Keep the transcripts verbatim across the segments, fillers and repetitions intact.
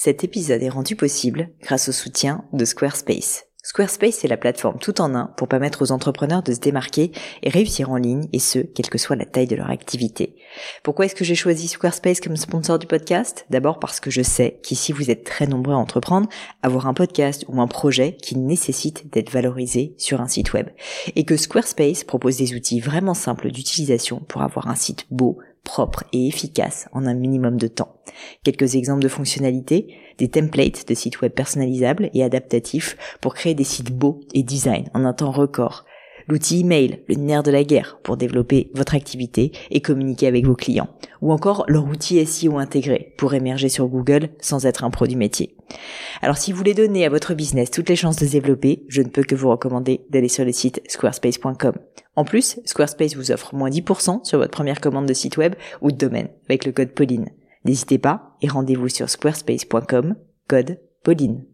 Cet épisode est rendu possible grâce au soutien de Squarespace. Squarespace, c'est la plateforme tout en un pour permettre aux entrepreneurs de se démarquer et réussir en ligne, et ce, quelle que soit la taille de leur activité. Pourquoi est-ce que j'ai choisi Squarespace comme sponsor du podcast ? D'abord parce que je sais qu'ici vous êtes très nombreux à entreprendre, avoir un podcast ou un projet qui nécessite d'être valorisé sur un site web. Et que Squarespace propose des outils vraiment simples d'utilisation pour avoir un site beau, propre et efficace en un minimum de temps. Quelques exemples de fonctionnalités, des templates de sites web personnalisables et adaptatifs pour créer des sites beaux et design en un temps record. L'outil email, le nerf de la guerre pour développer votre activité et communiquer avec vos clients. Ou encore leur outil S E O intégré pour émerger sur Google sans être un pro du métier. Alors si vous voulez donner à votre business toutes les chances de se développer, je ne peux que vous recommander d'aller sur le site squarespace point com. En plus, Squarespace vous offre moins dix pour cent sur votre première commande de site web ou de domaine avec le code Pauline. N'hésitez pas et rendez-vous sur squarespace point com, code Pauline.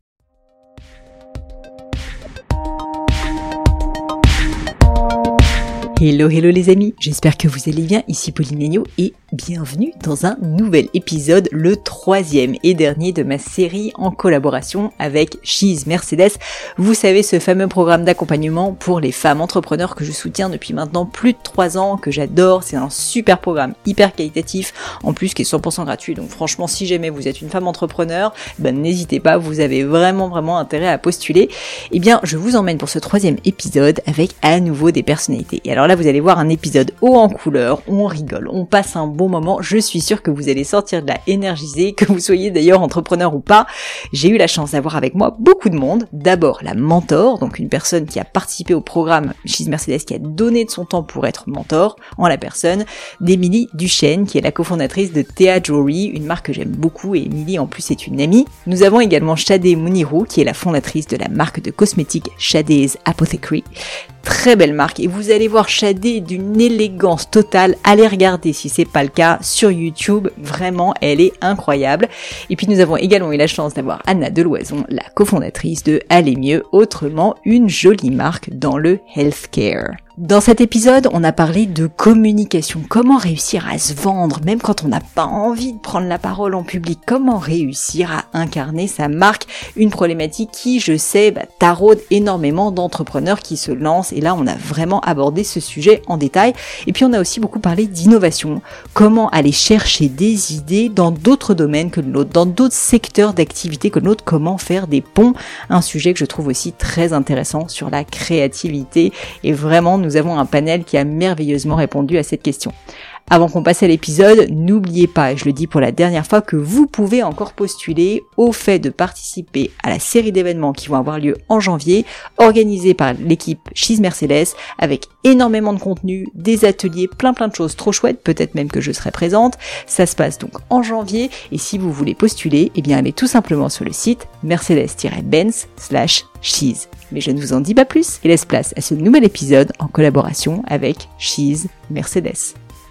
Hello, hello les amis, j'espère que vous allez bien, ici Pauline Legnaud et bienvenue dans un nouvel épisode, le troisième et dernier de ma série en collaboration avec She's Mercedes. Vous savez, ce fameux programme d'accompagnement pour les femmes entrepreneurs que je soutiens depuis maintenant plus de trois ans, que j'adore. C'est un super programme, hyper qualitatif, en plus qui est cent pour cent gratuit. Donc franchement, si jamais vous êtes une femme entrepreneur, ben n'hésitez pas, vous avez vraiment vraiment intérêt à postuler. Eh bien, je vous emmène pour ce troisième épisode avec à nouveau des personnalités. Et alors là, vous allez voir un épisode haut en couleur, où on rigole, on passe un bon moment. Je suis sûre que vous allez sortir de là énergisé, que vous soyez d'ailleurs entrepreneur ou pas. J'ai eu la chance d'avoir avec moi beaucoup de monde. D'abord la mentor, donc une personne qui a participé au programme She's Mercedes, qui a donné de son temps pour être mentor, en la personne d'Émilie Duchesne, qui est la cofondatrice de Thea Jewelry, une marque que j'aime beaucoup, et Émilie en plus est une amie. Nous avons également Shadé Mounirou, qui est la fondatrice de la marque de cosmétiques Shadé's Apothecary. Très belle marque, et vous allez voir Shadé d'une élégance totale. Allez regarder si c'est pas le cas sur YouTube, vraiment elle est incroyable. Et puis nous avons également eu la chance d'avoir Anna Deloison, la cofondatrice de Aller Mieux, autrement une jolie marque dans le healthcare. Dans cet épisode, on a parlé de communication, comment réussir à se vendre, même quand on n'a pas envie de prendre la parole en public, comment réussir à incarner sa marque, une problématique qui, je sais, bah, taraude énormément d'entrepreneurs qui se lancent, et là on a vraiment abordé ce sujet en détail. Et puis on a aussi beaucoup parlé d'innovation, comment aller chercher des idées dans d'autres domaines que le nôtre, dans d'autres secteurs d'activité que le nôtre, comment faire des ponts, un sujet que je trouve aussi très intéressant sur la créativité, et vraiment nous avons un panel qui a merveilleusement répondu à cette question. Avant qu'on passe à l'épisode, n'oubliez pas, et je le dis pour la dernière fois, que vous pouvez encore postuler au fait de participer à la série d'événements qui vont avoir lieu en janvier, organisée par l'équipe She's Mercedes, avec énormément de contenu, des ateliers, plein plein de choses trop chouettes, peut-être même que je serai présente. Ça se passe donc en janvier, et si vous voulez postuler, eh bien allez tout simplement sur le site mercedes-benz slash she's. Mais je ne vous en dis pas plus, et laisse place à ce nouvel épisode en collaboration avec She's Mercedes.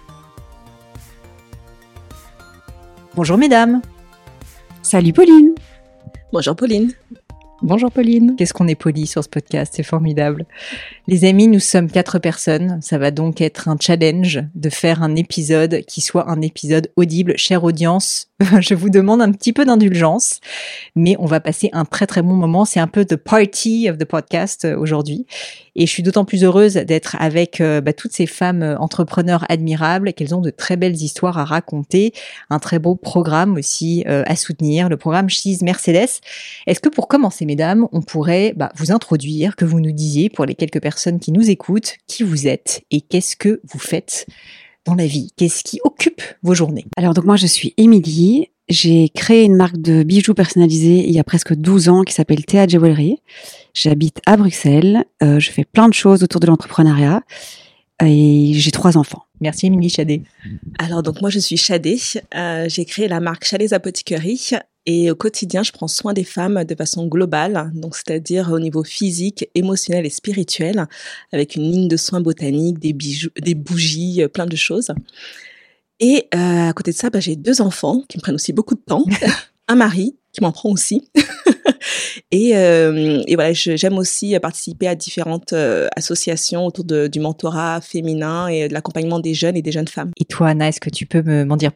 Bonjour mesdames. Salut Pauline. Bonjour Pauline. Bonjour Pauline. Qu'est-ce qu'on est poli sur ce podcast, c'est formidable. Les amis, nous sommes quatre personnes. Ça va donc être un challenge de faire un épisode qui soit un épisode audible. Chère audience, je vous demande un petit peu d'indulgence, mais on va passer un très très bon moment. C'est un peu the party of the podcast aujourd'hui. Et je suis d'autant plus heureuse d'être avec euh, bah, toutes ces femmes entrepreneurs admirables, qu'elles ont de très belles histoires à raconter, un très beau programme aussi euh, à soutenir, le programme She's Mercedes. Est-ce que pour commencer, mesdames, on pourrait bah, vous introduire, que vous nous disiez, pour les quelques personnes qui nous écoutent, qui vous êtes et qu'est-ce que vous faites dans la vie? Qu'est-ce qui occupe vos journées? Alors donc moi je suis Émilie, j'ai créé une marque de bijoux personnalisés il y a presque douze ans qui s'appelle Thea Jewelry. J'habite à Bruxelles, euh, je fais plein de choses autour de l'entrepreneuriat et j'ai trois enfants. Merci Émilie. Shadé. Alors donc moi je suis Shadé, euh, j'ai créé la marque Shadé's Apothecary et au quotidien je prends soin des femmes de façon globale, donc c'est-à-dire au niveau physique, émotionnel et spirituel, avec une ligne de soins botaniques, des bijoux, des bougies, plein de choses. Et euh, à côté de ça, bah, j'ai deux enfants qui me prennent aussi beaucoup de temps, un mari qui m'en prend aussi. et, euh, et voilà, je, j'aime aussi participer à différentes euh, associations autour de, du mentorat féminin et de l'accompagnement des jeunes et des jeunes femmes. Et toi, Anna, est-ce que tu peux me, m'en dire plus sur toi ?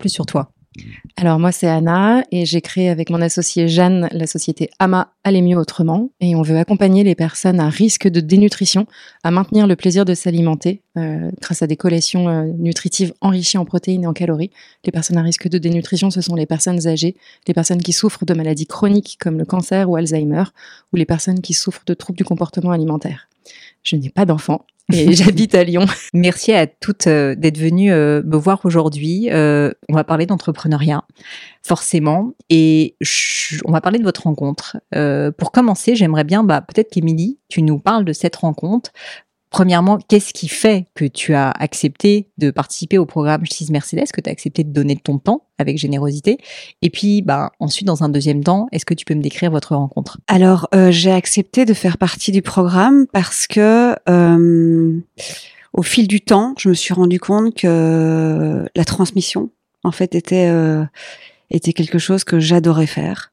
Alors moi c'est Anna et j'ai créé avec mon associée Jeanne la société Ama Aller mieux autrement et on veut accompagner les personnes à risque de dénutrition à maintenir le plaisir de s'alimenter euh, grâce à des collations euh, nutritives enrichies en protéines et en calories. Les personnes à risque de dénutrition, ce sont les personnes âgées, les personnes qui souffrent de maladies chroniques comme le cancer ou Alzheimer ou les personnes qui souffrent de troubles du comportement alimentaire. Je n'ai pas d'enfant. Et j'habite à Lyon. Merci à toutes euh, d'être venues euh, me voir aujourd'hui. Euh, on va parler d'entrepreneuriat, forcément, et je, on va parler de votre rencontre. Euh, pour commencer, j'aimerais bien, bah, peut-être qu'Émilie, tu nous parles de cette rencontre. Premièrement, qu'est-ce qui fait que tu as accepté de participer au programme She's Mercedes, que tu as accepté de donner de ton temps avec générosité? Et puis, bah, ensuite, dans un deuxième temps, est-ce que tu peux me décrire votre rencontre? Alors, euh, j'ai accepté de faire partie du programme parce que, euh, au fil du temps, je me suis rendu compte que la transmission, en fait, était euh, était quelque chose que j'adorais faire.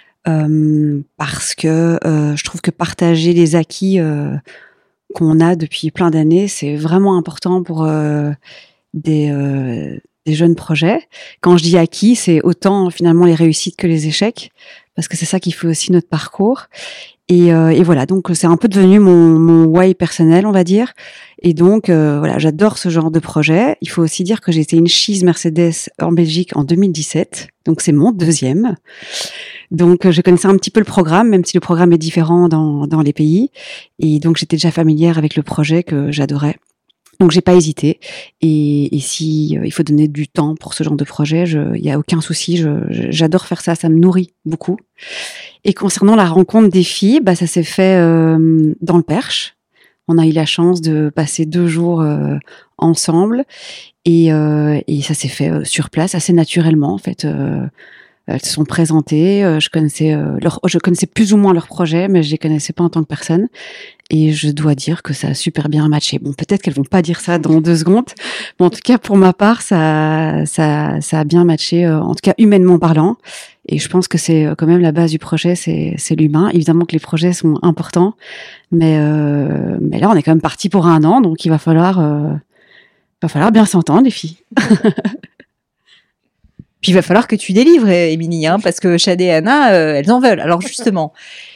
Euh, parce que euh, je trouve que partager les acquis euh, qu'on a depuis plein d'années, c'est vraiment important pour euh, des, euh, des jeunes projets. Quand je dis acquis, c'est autant finalement les réussites que les échecs, parce que c'est ça qui fait aussi notre parcours. Et, euh, et voilà, donc c'est un peu devenu mon, mon why personnel, on va dire. Et donc euh, voilà, j'adore ce genre de projet. Il faut aussi dire que j'ai été une She's Mercedes en Belgique en deux mille dix-sept, donc c'est mon deuxième. Donc je connaissais un petit peu le programme, même si le programme est différent dans, dans les pays. Et donc j'étais déjà familière avec le projet que j'adorais. Donc j'ai pas hésité. Et, et si euh, il faut donner du temps pour ce genre de projet, il y a aucun souci. Je, j'adore faire ça, ça me nourrit beaucoup. Et concernant la rencontre des filles, bah ça s'est fait euh, dans le Perche. On a eu la chance de passer deux jours euh, ensemble et, euh, et ça s'est fait euh, sur place assez naturellement en fait. Euh, elles se sont présentées, euh, je connaissais euh, leur, je connaissais plus ou moins leur projet, mais je les connaissais pas en tant que personne. Et je dois dire que ça a super bien matché. Bon, peut-être qu'elles vont pas dire ça dans deux secondes, mais en tout cas pour ma part, ça, ça, ça a bien matché, euh, en tout cas humainement parlant. Et je pense que c'est quand même la base du projet, c'est, c'est l'humain. Évidemment que les projets sont importants, mais, euh, mais là on est quand même parti pour un an, donc il va falloir, euh, va falloir bien s'entendre, les filles. Puis il va falloir que tu délivres, Émilie, hein, parce que Chad et Anna, euh, elles en veulent. Alors justement,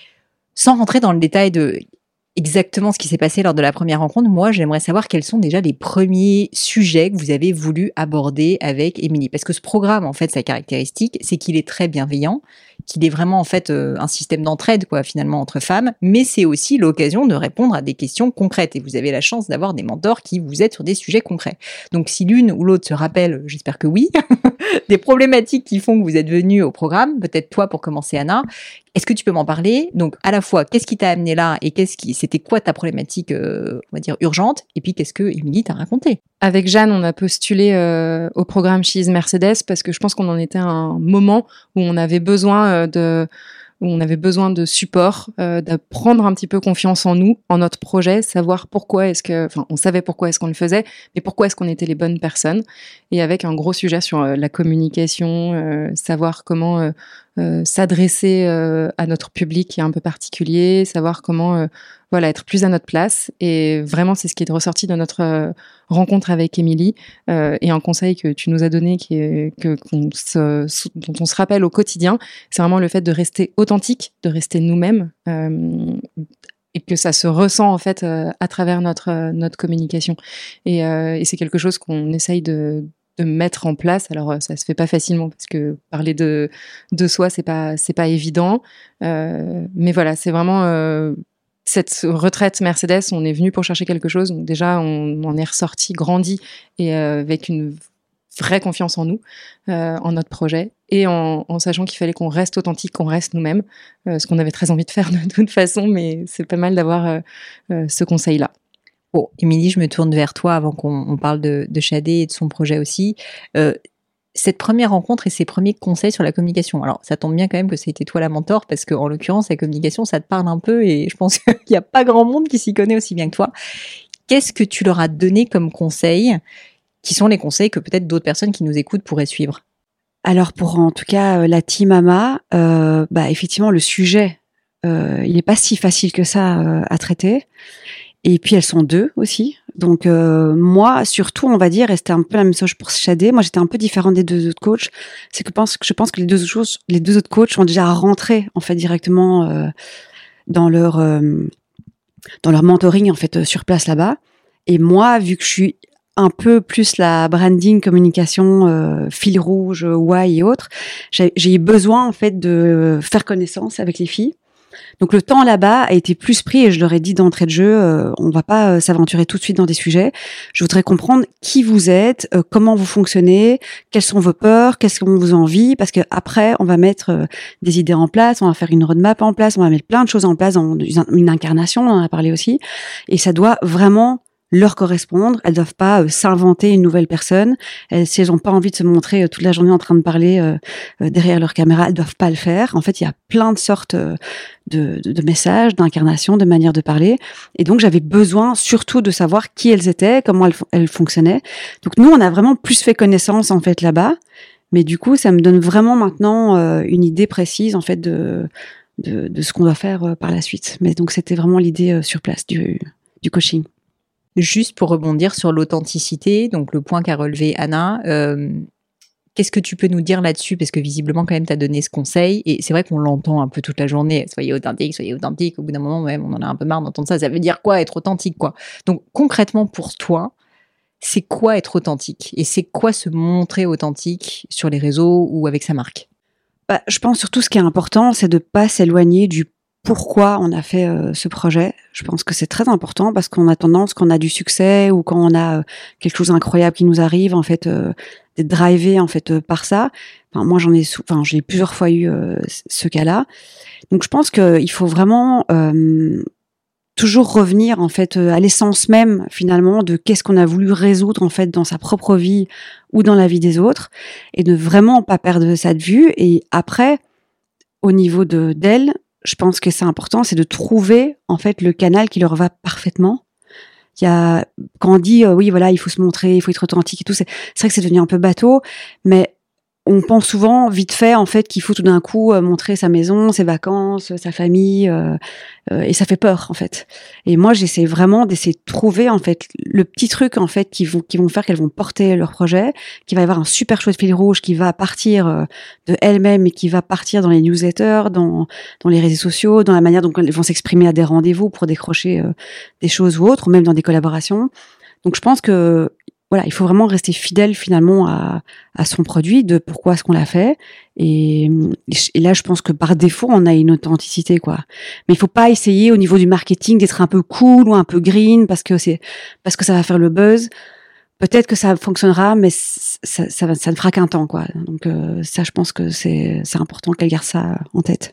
sans rentrer dans le détail de exactement ce qui s'est passé lors de la première rencontre, moi, j'aimerais savoir quels sont déjà les premiers sujets que vous avez voulu aborder avec Émilie. Parce que ce programme, en fait, sa caractéristique, c'est qu'il est très bienveillant, qu'il est vraiment, en fait, euh, un système d'entraide, quoi, finalement, entre femmes, mais c'est aussi l'occasion de répondre à des questions concrètes. Et vous avez la chance d'avoir des mentors qui vous aident sur des sujets concrets. Donc, si l'une ou l'autre se rappelle, j'espère que oui, des problématiques qui font que vous êtes venus au programme, peut-être toi pour commencer, Anna, est-ce que tu peux m'en parler? Donc, à la fois, qu'est-ce qui t'a amené là et qu'est-ce qui, c'était quoi ta problématique, euh, on va dire, urgente? Et puis, qu'est-ce que Émilie t'a raconté? Avec Jeanne, on a postulé euh, au programme She's Mercedes parce que je pense qu'on en était à un moment où on avait besoin euh, de... où on avait besoin de support, euh, de prendre un petit peu confiance en nous, en notre projet, savoir pourquoi est-ce que, enfin, on savait pourquoi est-ce qu'on le faisait, mais pourquoi est-ce qu'on était les bonnes personnes. Et avec un gros sujet sur euh, la communication, euh, savoir comment euh, euh, s'adresser euh, à notre public qui est un peu particulier, savoir comment, euh, voilà, être plus à notre place. Et vraiment, c'est ce qui est ressorti de notre euh, rencontre avec Émilie euh, et un conseil que tu nous as donné, qui est que qu'on se, dont on se rappelle au quotidien, c'est vraiment le fait de rester authentique, de rester nous-mêmes. Euh, et que ça se ressent en fait euh, à travers notre euh, notre communication. Et, euh, et c'est quelque chose qu'on essaye de de mettre en place. Alors ça se fait pas facilement parce que parler de de soi c'est pas c'est pas évident. Euh, mais voilà, c'est vraiment euh, cette retraite Mercedes. On est venu pour chercher quelque chose. Donc déjà on en est ressorti grandi et euh, avec une vraie confiance en nous, euh, en notre projet, et en, en sachant qu'il fallait qu'on reste authentique, qu'on reste nous-mêmes, euh, ce qu'on avait très envie de faire de toute façon, mais c'est pas mal d'avoir euh, euh, ce conseil-là. Bon, Émilie, je me tourne vers toi avant qu'on on parle de, de Chadé et de son projet aussi. Euh, cette première rencontre et ses premiers conseils sur la communication. Alors, ça tombe bien quand même que ça a été toi la mentor, parce qu'en l'occurrence, la communication, ça te parle un peu, et je pense qu'il n'y a pas grand monde qui s'y connaît aussi bien que toi. Qu'est-ce que tu leur as donné comme conseil, qui sont les conseils que peut-être d'autres personnes qui nous écoutent pourraient suivre? Alors pour en tout cas la team Ama, euh, bah effectivement le sujet, euh, il n'est pas si facile que ça euh, à traiter. Et puis elles sont deux aussi, Donc euh, moi, surtout, on va dire, et c'était un peu la même chose pour Shadé, moi j'étais un peu différente des deux autres coachs, c'est que je pense que, je pense que les, deux autres choses, les deux autres coachs sont déjà rentrés en fait directement euh, dans leur euh, dans leur mentoring en fait euh, sur place là-bas. Et moi, vu que je suis un peu plus la branding, communication, euh, fil rouge, why et autres, j'ai, j'ai eu besoin en fait de faire connaissance avec les filles. Donc le temps là-bas a été plus pris et je leur ai dit d'entrée de jeu, euh, on va pas euh, s'aventurer tout de suite dans des sujets. Je voudrais comprendre qui vous êtes, euh, comment vous fonctionnez, quelles sont vos peurs, qu'est-ce qu'on vous envie, parce que après on va mettre euh, des idées en place, on va faire une roadmap en place, on va mettre plein de choses en place, dans une incarnation, on en a parlé aussi, et ça doit vraiment leur correspondre. Elles doivent pas euh, s'inventer une nouvelle personne. Elles, si elles ont pas envie de se montrer euh, toute la journée en train de parler euh, euh, derrière leur caméra, elles doivent pas le faire. En fait, il y a plein de sortes euh, de, de, de messages, d'incarnations, de manières de parler. Et donc, j'avais besoin surtout de savoir qui elles étaient, comment elles, elles fonctionnaient. Donc, nous, on a vraiment plus fait connaissance en fait là-bas. Mais du coup, ça me donne vraiment maintenant euh, une idée précise en fait de de, de ce qu'on doit faire euh, par la suite. Mais donc, c'était vraiment l'idée euh, sur place du, du coaching. Juste pour rebondir sur l'authenticité, donc le point qu'a relevé Anna, euh, qu'est-ce que tu peux nous dire là-dessus? Parce que visiblement, quand même, tu as donné ce conseil, et c'est vrai qu'on l'entend un peu toute la journée, soyez authentique, soyez authentique, au bout d'un moment, même, on en a un peu marre d'entendre ça, ça veut dire quoi, être authentique, quoi? Donc, concrètement, pour toi, c'est quoi être authentique? Et c'est quoi se montrer authentique sur les réseaux ou avec sa marque? Bah, je pense surtout ce qui est important, c'est de pas s'éloigner du pourquoi on a fait euh, ce projet. Je pense que c'est très important parce qu'on a tendance, quand on a du succès ou quand on a euh, quelque chose d'incroyable qui nous arrive, en fait, euh, d'être drivé en fait euh, par ça. Enfin, moi, j'en ai, sou- enfin, j'ai plusieurs fois eu euh, ce cas-là. Donc, je pense qu'il faut vraiment euh, toujours revenir en fait à l'essence même finalement de qu'est-ce qu'on a voulu résoudre en fait dans sa propre vie ou dans la vie des autres, et de vraiment pas perdre ça de vue. Et après, au niveau de d'elle, je pense que c'est important, c'est de trouver en fait le canal qui leur va parfaitement. Il y a, quand on dit euh, oui voilà, il faut se montrer, il faut être authentique et tout, c'est, c'est vrai que c'est devenu un peu bateau, mais on pense souvent vite fait en fait qu'il faut tout d'un coup euh, montrer sa maison, ses vacances, sa famille, euh, euh, et ça fait peur en fait. Et moi j'essaie vraiment d'essayer de trouver en fait le petit truc en fait qui vont qui vont faire qu'elles vont porter leur projet, qui va y avoir un super chouette fil rouge qui va partir euh, de elles-mêmes et qui va partir dans les newsletters, dans dans les réseaux sociaux, dans la manière dont elles vont s'exprimer à des rendez-vous pour décrocher euh, des choses ou autres, ou même dans des collaborations. Donc je pense que voilà, il faut vraiment rester fidèle finalement à, à son produit, de pourquoi est-ce qu'on l'a fait. Et, et là, je pense que par défaut, on a une authenticité, quoi. Mais il faut pas essayer au niveau du marketing d'être un peu cool ou un peu green parce que c'est parce que ça va faire le buzz. Peut-être que ça fonctionnera, mais ça, ça, ça ne fera qu'un temps, quoi. Donc euh, ça, je pense que c'est, c'est important qu'elle garde ça en tête.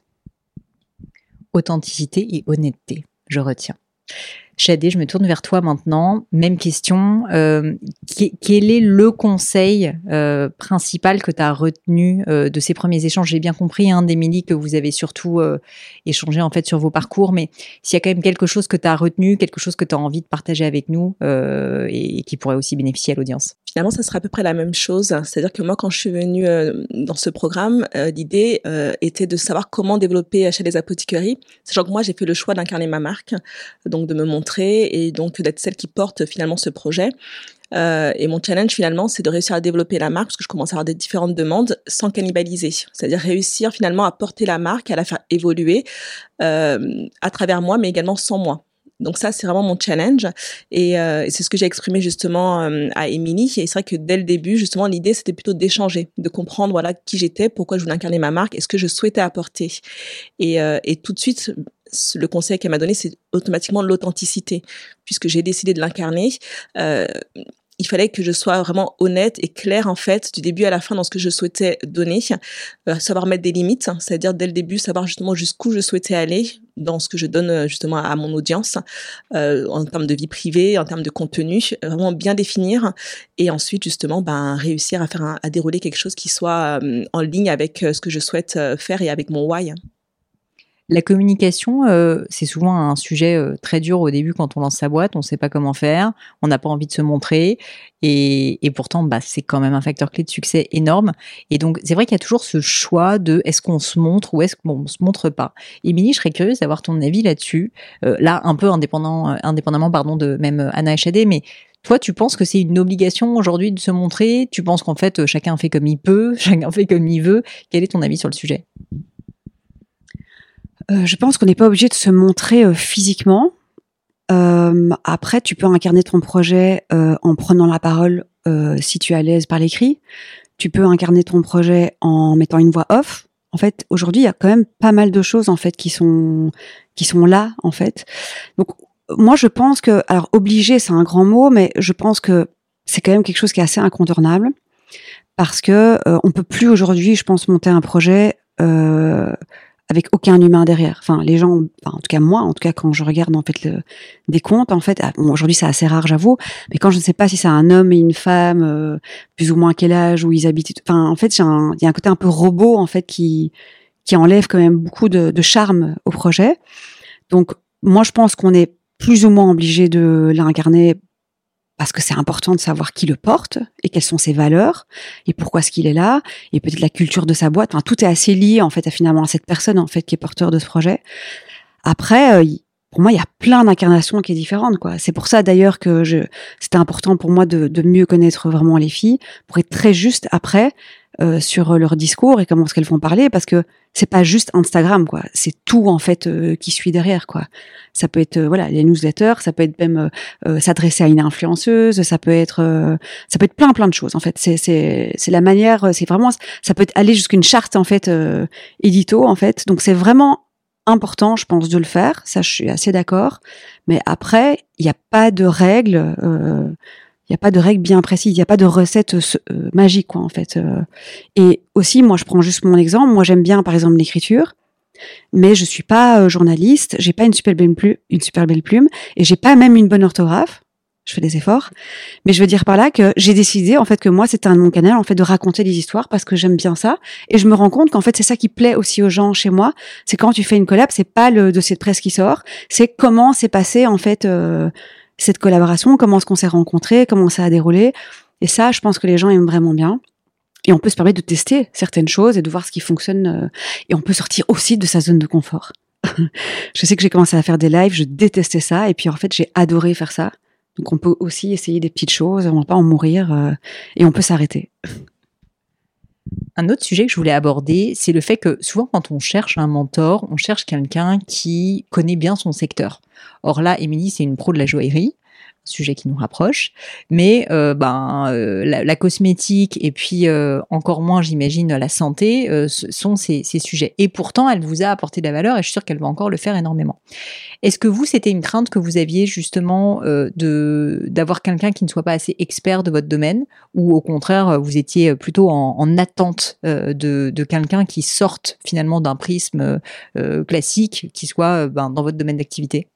Authenticité et honnêteté, je retiens. Shadé, je me tourne vers toi maintenant. Même question. Euh, quel est le conseil euh, principal que tu as retenu euh, de ces premiers échanges? J'ai bien compris, hein, d'Émilie, que vous avez surtout euh, échangé en fait sur vos parcours, mais s'il y a quand même quelque chose que tu as retenu, quelque chose que tu as envie de partager avec nous euh, et, et qui pourrait aussi bénéficier à l'audience. Finalement, ça sera à peu près la même chose. C'est-à-dire que moi, quand je suis venue euh, dans ce programme, euh, l'idée euh, était de savoir comment développer chez les apothiqueries. Sachant que moi, j'ai fait le choix d'incarner ma marque, donc de me montrer et donc d'être celle qui porte finalement ce projet. Euh, et mon challenge finalement, c'est de réussir à développer la marque parce que je commence à avoir des différentes demandes sans cannibaliser. C'est-à-dire réussir finalement à porter la marque, à la faire évoluer euh, à travers moi, mais également sans moi. Donc ça, c'est vraiment mon challenge et, euh, et c'est ce que j'ai exprimé justement euh, à Émilie. Et c'est vrai que dès le début, justement, l'idée, c'était plutôt d'échanger, de comprendre voilà qui j'étais, pourquoi je voulais incarner ma marque et ce que je souhaitais apporter. Et, euh, et tout de suite, le conseil qu'elle m'a donné, c'est automatiquement l'authenticité, puisque j'ai décidé de l'incarner. Euh, il fallait que je sois vraiment honnête et claire, en fait, du début à la fin dans ce que je souhaitais donner, euh, savoir mettre des limites, c'est-à-dire dès le début, savoir justement jusqu'où je souhaitais aller dans ce que je donne justement à mon audience, euh, en termes de vie privée, en termes de contenu, vraiment bien définir et ensuite justement ben, réussir à faire un, à dérouler quelque chose qui soit euh, en ligne avec ce que je souhaite faire et avec mon why. La communication, euh, c'est souvent un sujet euh, très dur au début quand on lance sa boîte, on ne sait pas comment faire, on n'a pas envie de se montrer, et, et pourtant, bah, c'est quand même un facteur clé de succès énorme. Et donc, c'est vrai qu'il y a toujours ce choix de est-ce qu'on se montre ou est-ce qu'on ne se montre pas. Émilie, je serais curieuse d'avoir ton avis là-dessus, euh, là, un peu indépendant, euh, indépendamment pardon, de même Anna et Shadé, mais toi, tu penses que c'est une obligation aujourd'hui de se montrer? Tu penses qu'en fait, chacun fait comme il peut, chacun fait comme il veut? Quel est ton avis sur le sujet? Euh, je pense qu'on n'est pas obligé de se montrer euh, physiquement. Euh, après, tu peux incarner ton projet euh, en prenant la parole euh, si tu es à l'aise par l'écrit. Tu peux incarner ton projet en mettant une voix off. En fait, aujourd'hui, il y a quand même pas mal de choses en fait qui sont qui sont là en fait. Donc, moi, je pense que, alors obligé, c'est un grand mot, mais je pense que c'est quand même quelque chose qui est assez incontournable parce que euh, on peut plus aujourd'hui, je pense, monter un projet. Euh, avec aucun humain derrière. Enfin, les gens, enfin, en tout cas moi, en tout cas quand je regarde en fait le, des comptes, en fait, bon, aujourd'hui c'est assez rare, j'avoue, mais quand je ne sais pas si c'est un homme et une femme, euh, plus ou moins quel âge, où ils habitent, enfin, en fait, il y a un côté un peu robot en fait qui qui enlève quand même beaucoup de, de charme au projet. Donc, moi, je pense qu'on est plus ou moins obligé de l'incarner parce que c'est important de savoir qui le porte et quelles sont ses valeurs et pourquoi est-ce qu'il est là et peut-être la culture de sa boîte. Enfin, tout est assez lié en fait à finalement à cette personne en fait qui est porteur de ce projet. Après, euh, pour moi, il y a plein d'incarnations qui est différentes quoi. C'est pour ça d'ailleurs que je, c'était important pour moi de, de mieux connaître vraiment les filles pour être très juste après euh, sur leur discours et comment est-ce qu'elles font parler parce que c'est pas juste Instagram quoi, c'est tout en fait euh, qui suit derrière quoi. Ça peut être euh, voilà les newsletters, ça peut être même euh, s'adresser à une influenceuse, ça peut être euh, ça peut être plein plein de choses en fait. C'est c'est c'est la manière, c'est vraiment ça peut aller jusqu'à une charte en fait euh, édito en fait. Donc c'est vraiment important je pense de le faire, ça je suis assez d'accord. Mais après il n'y a pas de règles. Euh, Il n'y a pas de règles bien précises, il n'y a pas de recette euh, magique, quoi, en fait. Euh. Et aussi, moi, je prends juste mon exemple. Moi, j'aime bien, par exemple, l'écriture, mais je suis pas euh, journaliste, j'ai pas une super belle plume, une super belle plume, et j'ai pas même une bonne orthographe. Je fais des efforts, mais je veux dire par là que j'ai décidé, en fait, que moi, c'était un de mon canal, en fait, de raconter des histoires parce que j'aime bien ça, et je me rends compte qu'en fait, c'est ça qui plaît aussi aux gens chez moi. C'est quand tu fais une collab, c'est pas le dossier de presse qui sort, c'est comment c'est passé, en fait. Euh, cette collaboration, comment est-ce qu'on s'est rencontrés, comment ça a déroulé. Et ça, je pense que les gens aiment vraiment bien. Et on peut se permettre de tester certaines choses et de voir ce qui fonctionne. Et on peut sortir aussi de sa zone de confort. Je sais que j'ai commencé à faire des lives, je détestais ça. Et puis en fait, j'ai adoré faire ça. Donc on peut aussi essayer des petites choses, on ne va pas en mourir. Euh, et on peut s'arrêter. Un autre sujet que je voulais aborder, c'est le fait que souvent quand on cherche un mentor, on cherche quelqu'un qui connaît bien son secteur. Or là, Émilie, c'est une pro de la joaillerie, un sujet qui nous rapproche, mais euh, ben, euh, la, la cosmétique et puis euh, encore moins, j'imagine, la santé euh, sont ces, ces sujets. Et pourtant, elle vous a apporté de la valeur et je suis sûre qu'elle va encore le faire énormément. Est-ce que vous, c'était une crainte que vous aviez justement euh, de d'avoir quelqu'un qui ne soit pas assez expert de votre domaine ou au contraire, vous étiez plutôt en, en attente euh, de, de quelqu'un qui sorte finalement d'un prisme euh, classique, qui soit euh, ben, dans votre domaine d'activité?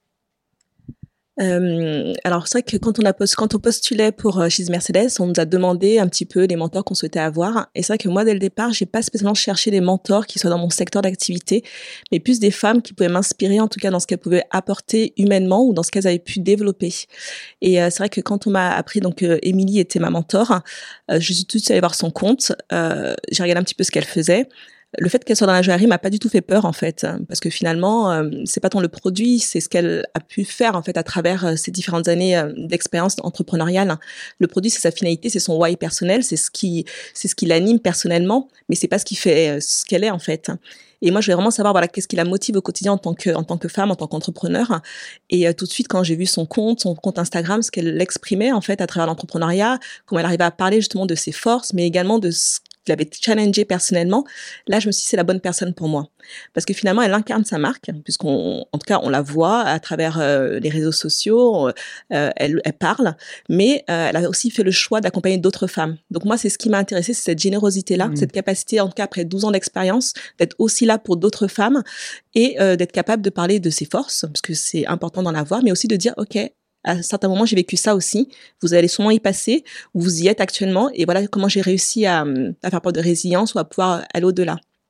Euh, alors c'est vrai que quand on a post- quand on postulait pour euh, She's Mercedes, on nous a demandé un petit peu les mentors qu'on souhaitait avoir. Et c'est vrai que moi dès le départ, j'ai pas spécialement cherché des mentors qui soient dans mon secteur d'activité, mais plus des femmes qui pouvaient m'inspirer, en tout cas dans ce qu'elles pouvaient apporter humainement ou dans ce qu'elles avaient pu développer. Et euh, c'est vrai que quand on m'a appris, donc euh, Émilie était ma mentor, euh, je suis tout de suite allée voir son compte, euh, j'ai regardé un petit peu ce qu'elle faisait. Le fait qu'elle soit dans la joaillerie m'a pas du tout fait peur en fait, parce que finalement euh, c'est pas tant le produit, c'est ce qu'elle a pu faire en fait à travers euh, ces différentes années euh, d'expérience entrepreneuriale. Le produit, c'est sa finalité, c'est son why personnel, c'est ce qui c'est ce qui l'anime personnellement, mais c'est pas ce qui fait euh, ce qu'elle est en fait. Et moi, je voulais vraiment savoir voilà qu'est-ce qui la motive au quotidien en tant que en tant que femme, en tant qu'entrepreneur. Et euh, tout de suite, quand j'ai vu son compte, son compte Instagram, ce qu'elle exprimait en fait à travers l'entrepreneuriat, comment elle arrivait à parler justement de ses forces, mais également de ce je l'avais challengé personnellement, là, je me suis dit, c'est la bonne personne pour moi. Parce que finalement, elle incarne sa marque, puisqu'on, en tout cas, on la voit à travers euh, les réseaux sociaux, euh, elle, elle parle, mais euh, elle a aussi fait le choix d'accompagner d'autres femmes. Donc moi, c'est ce qui m'a intéressée, c'est cette générosité-là, mmh. cette capacité, en tout cas, après douze ans d'expérience, d'être aussi là pour d'autres femmes et euh, d'être capable de parler de ses forces, parce que c'est important d'en avoir, mais aussi de dire, OK, à certains moments, j'ai vécu ça aussi. Vous allez sûrement y passer, ou vous y êtes actuellement. Et voilà comment j'ai réussi à, à faire preuve de résilience ou à pouvoir aller au-delà.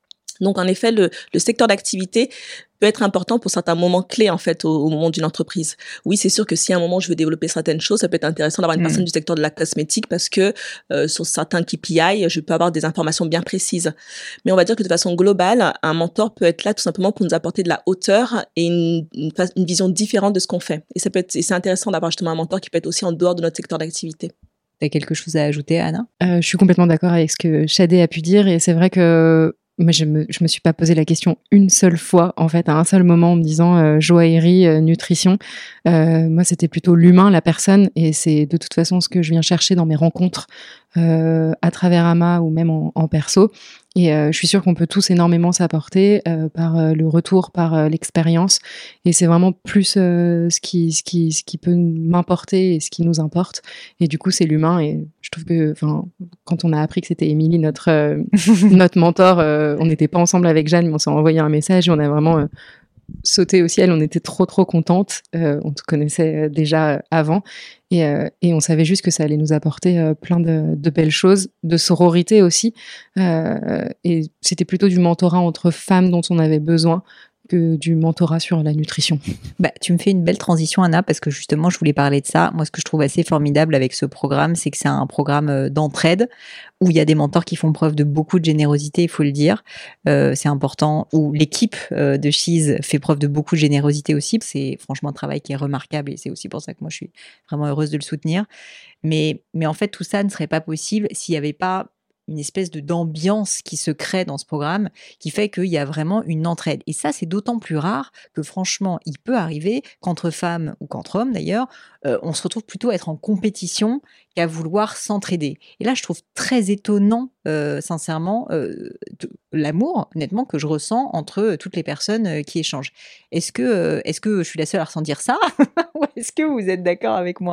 Donc, en effet, le, le secteur d'activité peut être important pour certains moments clés, en fait, au, au moment d'une entreprise. Oui, c'est sûr que si à un moment je veux développer certaines choses, ça peut être intéressant d'avoir une mmh. personne du secteur de la cosmétique parce que euh, sur certains K P I, je peux avoir des informations bien précises. Mais on va dire que de façon globale, un mentor peut être là tout simplement pour nous apporter de la hauteur et une, une, une vision différente de ce qu'on fait. Et ça peut être, et c'est intéressant d'avoir justement un mentor qui peut être aussi en dehors de notre secteur d'activité. Tu as quelque chose à ajouter, Anna ? euh, Je suis complètement d'accord avec ce que Shadé a pu dire et c'est vrai que moi, je me, je me suis pas posé la question une seule fois, en fait, à un seul moment, en me disant euh, joaillerie, euh, nutrition. Euh, moi, c'était plutôt l'humain, la personne, et c'est de toute façon ce que je viens chercher dans mes rencontres euh, à travers Ama ou même en, en perso. Et euh, je suis sûre qu'on peut tous énormément s'apporter euh, par euh, le retour, par euh, l'expérience. Et c'est vraiment plus euh, ce qui, ce qui, ce qui peut m'importer et ce qui nous importe. Et du coup, c'est l'humain. Et je trouve que, enfin, quand on a appris que c'était Émilie, notre euh, notre mentor, euh, on n'était pas ensemble avec Jeanne, mais on s'est envoyé un message et on a vraiment euh, sauté au ciel. On était trop trop contentes. Euh, on te connaissait déjà avant. Et, euh, et on savait juste que ça allait nous apporter euh, plein de, de belles choses, de sororité aussi. Euh, et c'était plutôt du mentorat entre femmes dont on avait besoin que du mentorat sur la nutrition. Bah, tu me fais une belle transition, Anna, parce que justement, je voulais parler de ça. Moi, ce que je trouve assez formidable avec ce programme, c'est que c'est un programme d'entraide où il y a des mentors qui font preuve de beaucoup de générosité, il faut le dire. Euh, c'est important. Où l'équipe euh, de She's fait preuve de beaucoup de générosité aussi. C'est franchement un travail qui est remarquable et c'est aussi pour ça que moi, je suis vraiment heureuse de le soutenir. Mais, mais en fait, tout ça ne serait pas possible s'il n'y avait pas une espèce de d'ambiance qui se crée dans ce programme, qui fait qu'il y a vraiment une entraide. Et ça, c'est d'autant plus rare que franchement, il peut arriver qu'entre femmes ou qu'entre hommes d'ailleurs, euh, on se retrouve plutôt à être en compétition qu'à vouloir s'entraider. Et là, je trouve très étonnant, euh, sincèrement, euh, de, l'amour, honnêtement, que je ressens entre toutes les personnes euh, qui échangent. Est-ce que, euh, est-ce que je suis la seule à ressentir ça ou est-ce que vous êtes d'accord avec moi ?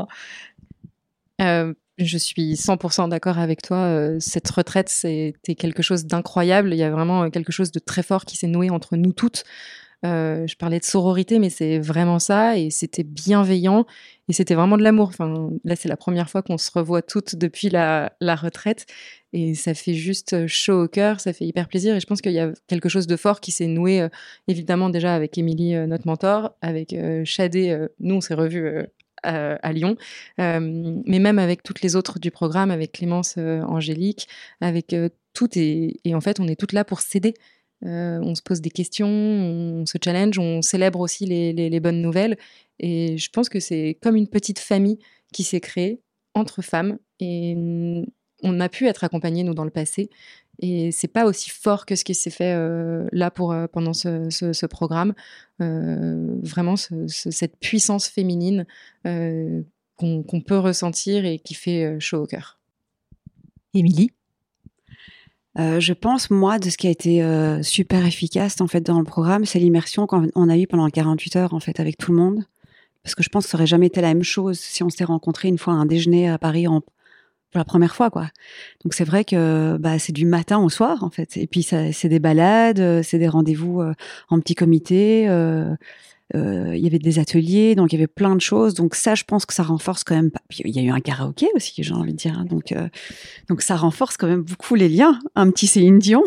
euh... Je suis cent pour cent d'accord avec toi. Euh, cette retraite, c'était quelque chose d'incroyable. Il y a vraiment quelque chose de très fort qui s'est noué entre nous toutes. Euh, je parlais de sororité, mais c'est vraiment ça. Et c'était bienveillant. Et c'était vraiment de l'amour. Enfin, là, c'est la première fois qu'on se revoit toutes depuis la, la retraite. Et ça fait juste chaud au cœur. Ça fait hyper plaisir. Et je pense qu'il y a quelque chose de fort qui s'est noué, euh, évidemment, déjà avec Émilie, euh, notre mentor. Avec euh, Shadé, euh, nous, on s'est revus... Euh, À, à Lyon, euh, mais même avec toutes les autres du programme, avec Clémence, euh, Angélique, avec euh, toutes, et, et en fait, on est toutes là pour s'aider. Euh, on se pose des questions, on se challenge, on célèbre aussi les, les, les bonnes nouvelles, et je pense que c'est comme une petite famille qui s'est créée entre femmes, et on a pu être accompagnés, nous, dans le passé, et c'est pas aussi fort que ce qui s'est fait euh, là pour, euh, pendant ce, ce, ce programme. Euh, vraiment, ce, ce, cette puissance féminine euh, qu'on, qu'on peut ressentir et qui fait euh, chaud au cœur. Émilie ? Euh, je pense, moi, de ce qui a été euh, super efficace en fait dans le programme, c'est l'immersion qu'on a eue pendant quarante-huit heures en fait avec tout le monde. Parce que je pense que ça aurait jamais été la même chose si on s'était rencontrés une fois à un déjeuner à Paris en pour la première fois, quoi. Donc c'est vrai que bah c'est du matin au soir en fait. Et puis ça, c'est des balades, c'est des rendez-vous euh, en petit comité. Euh, euh, il y avait des ateliers, donc il y avait plein de choses. Donc ça, je pense que ça renforce quand même. Puis il y a eu un karaoké aussi, j'ai envie de dire. Hein. Donc euh, donc ça renforce quand même beaucoup les liens. Un petit Céline Dion.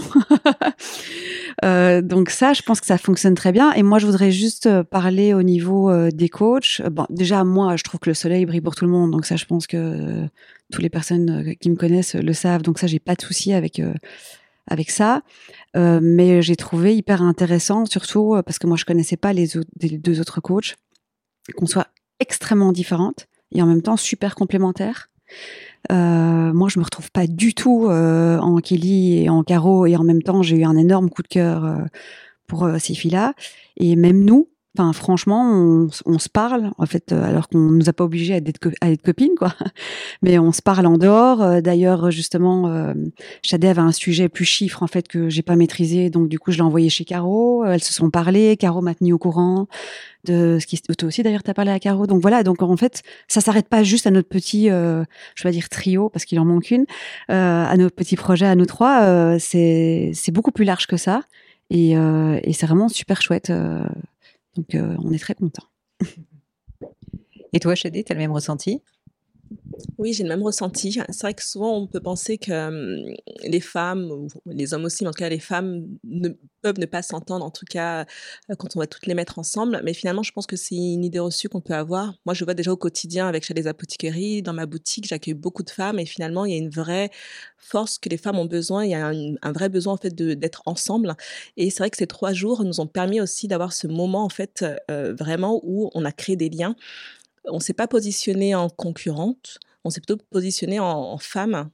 Euh, donc ça, je pense que ça fonctionne très bien. Et moi, je voudrais juste parler au niveau euh, des coachs. Bon, déjà, moi, je trouve que le soleil brille pour tout le monde. Donc ça, je pense que euh, toutes les personnes euh, qui me connaissent le savent. Donc ça, j'ai pas de souci avec euh, avec ça. Euh, mais j'ai trouvé hyper intéressant, surtout parce que moi, je connaissais pas les, autres, les deux autres coachs, qu'on soit extrêmement différentes et en même temps super complémentaires. Euh, moi, je me retrouve pas du tout euh, en Kelly et en Caro, et en même temps, j'ai eu un énorme coup de cœur euh, pour euh, ces filles-là. Et même nous, enfin, franchement, on, on se parle, en fait, euh, alors qu'on nous a pas obligés à être, co- à être copines, quoi. Mais on se parle en dehors. Euh, d'ailleurs, justement, euh, Shadé avait un sujet plus chiffre, en fait, que j'ai pas maîtrisé, donc du coup, je l'ai envoyé chez Caro. Elles se sont parlé. Caro m'a tenu au courant de ce qui. Toi aussi, d'ailleurs, t'as parlé à Caro. Donc voilà. Donc en fait, ça s'arrête pas juste à notre petit, euh, je vais pas dire trio parce qu'il en manque une, euh, à notre petit projet, à nous trois. Euh, c'est c'est beaucoup plus large que ça, et euh, et c'est vraiment super chouette. Euh, Donc, euh, on est très contents. Et toi, Shadé, t'as le même ressenti ? Oui, j'ai le même ressenti. C'est vrai que souvent, on peut penser que euh, les femmes, ou les hommes aussi, mais en tout cas les femmes, ne, peuvent ne pas s'entendre, en tout cas euh, quand on va toutes les mettre ensemble. Mais finalement, je pense que c'est une idée reçue qu'on peut avoir. Moi, je vois déjà au quotidien avec Chez les Apothicairies, dans ma boutique, j'accueille beaucoup de femmes et finalement, il y a une vraie force que les femmes ont besoin. Il y a un, un vrai besoin en fait de, d'être ensemble. Et c'est vrai que ces trois jours nous ont permis aussi d'avoir ce moment en fait euh, vraiment où on a créé des liens. On s'est pas positionné en concurrente, on s'est plutôt positionné en, en femme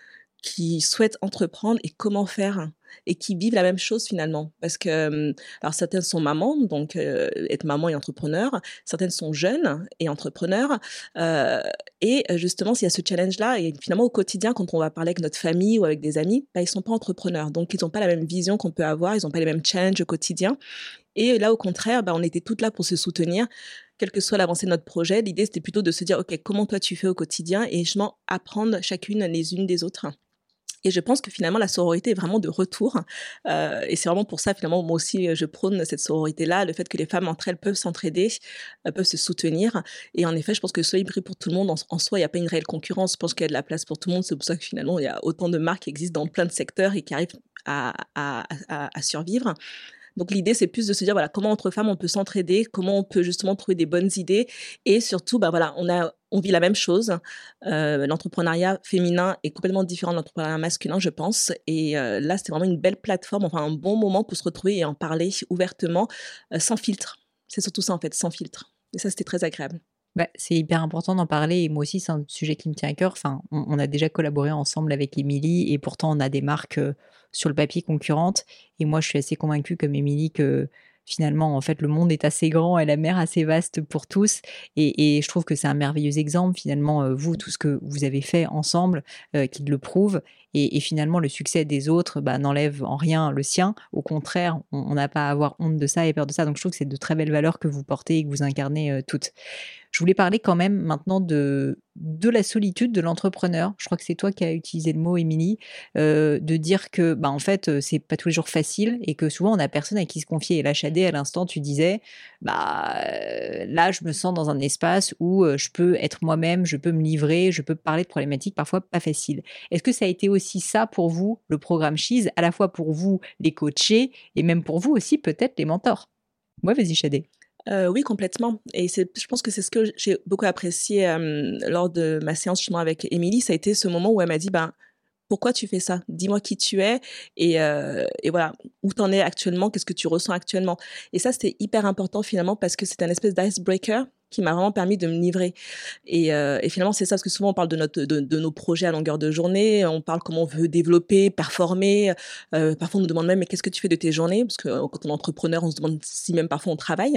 qui souhaitent entreprendre et comment faire et qui vivent la même chose finalement. Parce que, euh, alors certaines sont mamans, donc euh, être maman et entrepreneur, certaines sont jeunes et entrepreneurs. Euh, et justement, s'il y a ce challenge-là, et finalement au quotidien, quand on va parler avec notre famille ou avec des amis, bah, ils sont pas entrepreneurs. Donc ils n'ont pas la même vision qu'on peut avoir, ils n'ont pas les mêmes challenges au quotidien. Et là, au contraire, bah, on était toutes là pour se soutenir, quelle que soit l'avancée de notre projet. L'idée, c'était plutôt de se dire, OK, comment toi tu fais au quotidien et justement apprendre chacune les unes des autres. Et je pense que finalement, la sororité est vraiment de retour. Euh, et c'est vraiment pour ça, finalement, moi aussi, je prône cette sororité-là, le fait que les femmes entre elles peuvent s'entraider, euh, peuvent se soutenir. Et en effet, je pense que Soleil brille pour tout le monde. En, en soi, il n'y a pas une réelle concurrence. Je pense qu'il y a de la place pour tout le monde. C'est pour ça que finalement, il y a autant de marques qui existent dans plein de secteurs et qui arrivent à, à, à, à survivre. Donc l'idée, c'est plus de se dire, voilà, comment entre femmes on peut s'entraider, comment on peut justement trouver des bonnes idées, et surtout, bah voilà, on a, on vit la même chose. Euh, l'entrepreneuriat féminin est complètement différent de l'entrepreneuriat masculin, je pense. Et euh, là, c'était vraiment une belle plateforme, enfin un bon moment pour se retrouver et en parler ouvertement, euh, sans filtre. C'est surtout ça en fait, sans filtre. Et ça, c'était très agréable. Bah, c'est hyper important d'en parler et moi aussi c'est un sujet qui me tient à cœur. Enfin, on, on a déjà collaboré ensemble avec Émilie et pourtant on a des marques euh, sur le papier concurrentes et moi je suis assez convaincue comme Émilie que finalement en fait le monde est assez grand et la mer assez vaste pour tous et, et je trouve que c'est un merveilleux exemple finalement euh, vous tout ce que vous avez fait ensemble euh, qui le prouve et, et finalement le succès des autres bah, n'enlève en rien le sien. Au contraire, on n'a pas à avoir honte de ça et peur de ça. Donc je trouve que c'est de très belles valeurs que vous portez et que vous incarnez euh, toutes. Je voulais parler quand même maintenant de, de la solitude de l'entrepreneur. Je crois que c'est toi qui as utilisé le mot, Émilie, euh, de dire que, bah, en fait, c'est pas tous les jours facile et que souvent on n'a personne à qui se confier. Et là, Shadé, à l'instant, tu disais, bah, euh, là, je me sens dans un espace où euh, je peux être moi-même, je peux me livrer, je peux parler de problématiques parfois pas faciles. Est-ce que ça a été aussi ça pour vous, le programme She's, à la fois pour vous, les coachés, et même pour vous aussi, peut-être, les mentors? Ouais, vas-y, Shadé. Euh, oui, complètement. Et c'est, je pense que c'est ce que j'ai beaucoup apprécié euh, lors de ma séance justement avec Émilie. Ça a été ce moment où elle m'a dit, ben, pourquoi tu fais ça? Dis-moi qui tu es et, euh, et voilà, où t'en es actuellement, qu'est-ce que tu ressens actuellement. Et ça, c'était hyper important finalement parce que c'est un espèce d'icebreaker qui m'a vraiment permis de me livrer. Et, euh, et finalement, c'est ça, parce que souvent, on parle de, notre, de, de nos projets à longueur de journée, on parle comment on veut développer, performer. Euh, parfois, on nous demande même, mais qu'est-ce que tu fais de tes journées? Parce que euh, quand on est entrepreneur, on se demande si même parfois on travaille.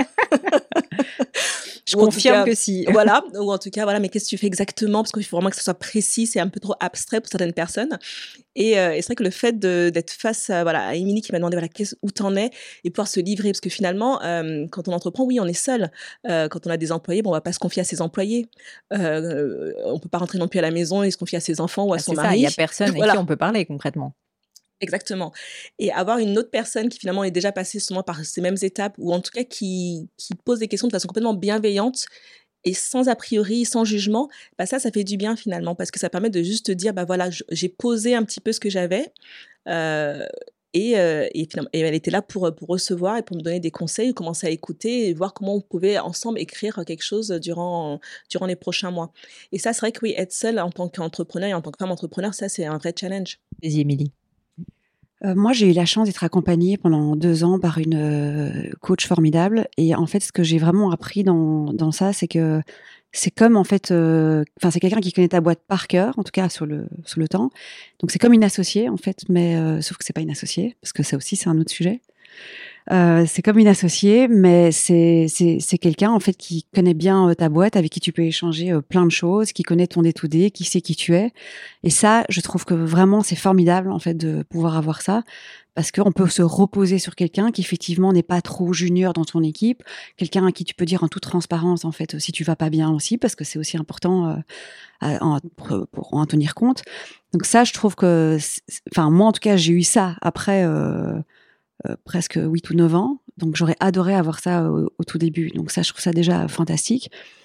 Je confirme cas, que si. Voilà, ou en tout cas, voilà, mais qu'est-ce que tu fais exactement? Parce qu'il faut vraiment que ça soit précis, c'est un peu trop abstrait pour certaines personnes. Et, euh, et c'est vrai que le fait de, d'être face à, voilà, à Émilie qui m'a demandé voilà, où t'en es et pouvoir se livrer, parce que finalement, euh, quand on entreprend, oui, on est seul. Euh, quand on a des employés, bon, on va pas se confier à ses employés. Euh, on peut pas rentrer non plus à la maison et se confier à ses enfants ou à ah, son c'est mari. Il y a personne voilà. à qui on peut parler concrètement. Exactement. Et avoir une autre personne qui finalement est déjà passée souvent par ces mêmes étapes ou en tout cas qui, qui pose des questions de façon complètement bienveillante et sans a priori, sans jugement, bah ça, ça fait du bien finalement parce que ça permet de juste dire, bah voilà, j'ai posé un petit peu ce que j'avais euh, et, euh, et, finalement, et elle était là pour, pour recevoir et pour me donner des conseils, commencer à écouter et voir comment on pouvait ensemble écrire quelque chose durant, durant les prochains mois. Et ça, c'est vrai que oui, être seule en tant qu'entrepreneur et en tant que femme entrepreneur, ça, c'est un vrai challenge. Vas-y, Émilie. Euh, moi, j'ai eu la chance d'être accompagnée pendant deux ans par une euh, coach formidable. Et en fait, ce que j'ai vraiment appris dans, dans ça, c'est que c'est comme, en fait, enfin, euh, c'est quelqu'un qui connaît ta boîte par cœur, en tout cas sur le, sur le temps. Donc, c'est comme une associée, en fait, mais euh, sauf que c'est pas une associée, parce que ça aussi, c'est un autre sujet. Euh, c'est comme une associée, mais c'est c'est c'est quelqu'un en fait qui connaît bien euh, ta boîte, avec qui tu peux échanger euh, plein de choses, qui connaît ton day-to-day, qui sait qui tu es. Et ça, je trouve que vraiment c'est formidable en fait de pouvoir avoir ça, parce qu'on peut se reposer sur quelqu'un qui effectivement n'est pas trop junior dans ton équipe, quelqu'un à qui tu peux dire en toute transparence en fait si tu vas pas bien aussi, parce que c'est aussi important euh, à, à, pour, pour en tenir compte. Donc ça, je trouve que, enfin moi en tout cas, j'ai eu ça après. Euh, Euh, presque huit ou neuf ans. Donc, j'aurais adoré avoir ça au, au tout début. Donc, ça, je trouve ça déjà fantastique.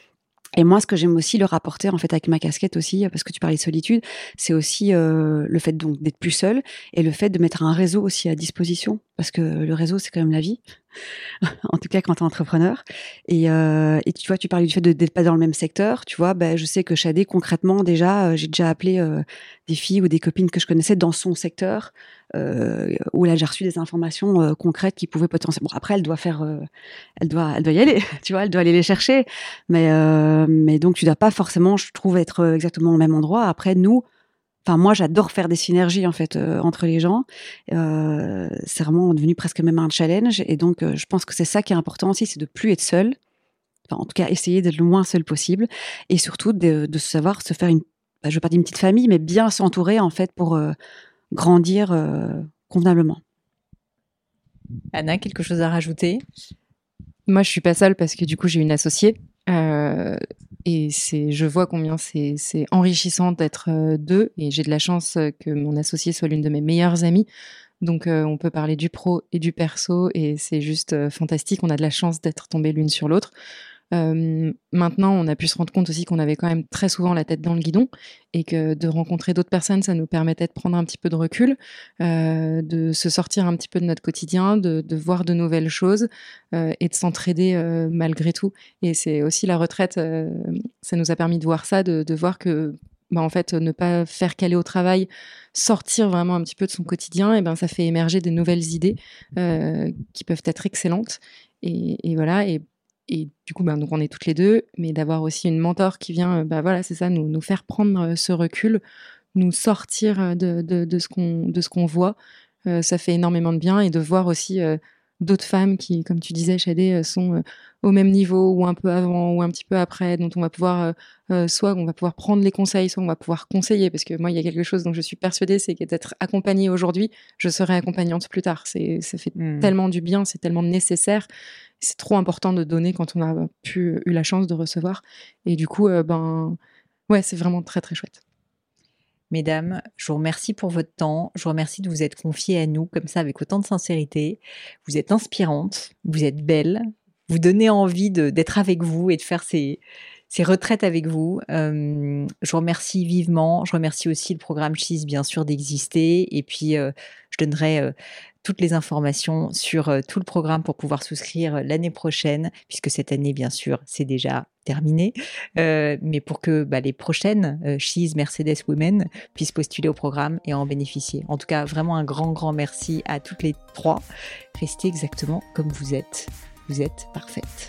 Et moi, ce que j'aime aussi leur apporter, en fait, avec ma casquette aussi, parce que tu parlais de solitude, c'est aussi euh, le fait donc d'être plus seul et le fait de mettre un réseau aussi à disposition, parce que le réseau, c'est quand même la vie, en tout cas quand t'es entrepreneur. Et, euh, et tu vois, tu parlais du fait de d'être pas dans le même secteur. Tu vois, ben, je sais que Shadé, concrètement, déjà, euh, j'ai déjà appelé euh, des filles ou des copines que je connaissais dans son secteur, euh, où là, j'ai reçu des informations euh, concrètes qui pouvaient potentiellement. Bon, après, elle doit faire, euh, elle doit, elle doit y aller. Tu vois, elle doit aller les chercher. Mais, euh, mais donc, tu dois pas forcément, je trouve, être exactement au même endroit. Après, nous. Enfin, moi, j'adore faire des synergies en fait euh, entre les gens. Euh, c'est vraiment devenu presque même un challenge. Et donc, euh, je pense que c'est ça qui est important aussi, c'est de plus être seul. Enfin, en tout cas, essayer d'être le moins seul possible, et surtout de, de savoir se faire une, bah, je veux pas dire une petite famille, mais bien s'entourer en fait pour euh, grandir euh, convenablement. Anna, quelque chose à rajouter? Moi, je suis pas seule parce que du coup, j'ai une associée. Euh, et c'est, je vois combien c'est, c'est enrichissant d'être euh, deux. Et j'ai de la chance que mon associée soit l'une de mes meilleures amies. Donc, euh, on peut parler du pro et du perso. Et c'est juste euh, fantastique. On a de la chance d'être tombées l'une sur l'autre. Euh, maintenant, on a pu se rendre compte aussi qu'on avait quand même très souvent la tête dans le guidon et que de rencontrer d'autres personnes, ça nous permettait de prendre un petit peu de recul, euh, de se sortir un petit peu de notre quotidien, de, de voir de nouvelles choses euh, et de s'entraider euh, malgré tout. Et c'est aussi la retraite, euh, ça nous a permis de voir ça, de, de voir que bah, en fait, ne pas faire qu'aller au travail, sortir vraiment un petit peu de son quotidien, et ben ça fait émerger des nouvelles idées euh, qui peuvent être excellentes. Et, et voilà, et Et du coup, ben, donc on est toutes les deux, mais d'avoir aussi une mentor qui vient, bah voilà, c'est ça, nous, nous faire prendre ce recul, nous sortir de, de, de ce qu'on, de ce qu'on voit, euh, ça fait énormément de bien. Et de voir aussi euh, d'autres femmes qui, comme tu disais, Shadé, sont euh, au même niveau ou un peu avant ou un petit peu après, dont on va pouvoir, euh, euh, soit on va pouvoir prendre les conseils, soit on va pouvoir conseiller. Parce que moi, il y a quelque chose dont je suis persuadée, c'est qu'être accompagnée aujourd'hui, je serai accompagnante plus tard. C'est, ça fait mmh. tellement du bien, c'est tellement nécessaire. C'est trop important de donner quand on a pu, eu la chance de recevoir. Et du coup, euh, ben, ouais, c'est vraiment très, très chouette. Mesdames, je vous remercie pour votre temps. Je vous remercie de vous être confiées à nous comme ça avec autant de sincérité. Vous êtes inspirantes, vous êtes belles, vous donnez envie de, d'être avec vous et de faire ces, ces retraites avec vous. Euh, je vous remercie vivement. Je remercie aussi le programme She's, bien sûr, d'exister. Et puis, euh, je donnerai euh, toutes les informations sur euh, tout le programme pour pouvoir souscrire l'année prochaine, puisque cette année, bien sûr, c'est déjà terminé. Euh, mais pour que bah, les prochaines euh, She's Mercedes Women puissent postuler au programme et en bénéficier. En tout cas, vraiment un grand, grand merci à toutes les trois. Restez exactement comme vous êtes. Vous êtes parfaites.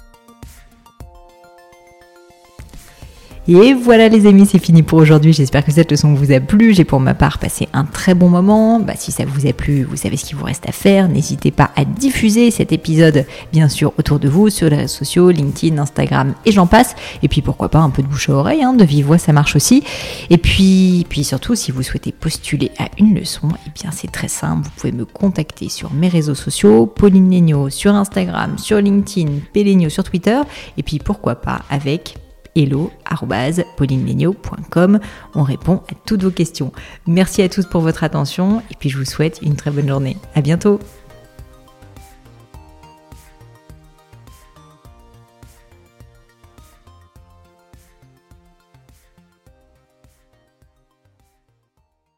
Et voilà les amis, c'est fini pour aujourd'hui. J'espère que cette leçon vous a plu. J'ai pour ma part passé un très bon moment. Bah, si ça vous a plu, vous savez ce qu'il vous reste à faire. N'hésitez pas à diffuser cet épisode, bien sûr, autour de vous, sur les réseaux sociaux, LinkedIn, Instagram et j'en passe. Et puis pourquoi pas un peu de bouche à oreille, hein, de vive voix, ça marche aussi. Et puis, puis surtout, si vous souhaitez postuler à une leçon, eh bien c'est très simple. Vous pouvez me contacter sur mes réseaux sociaux, Pauline Legnaud sur Instagram, sur LinkedIn, P Legnaud sur Twitter. Et puis pourquoi pas avec hello arobase pauline legnaud point com. On répond à toutes vos questions. Merci à tous pour votre attention et puis je vous souhaite une très bonne journée. À bientôt.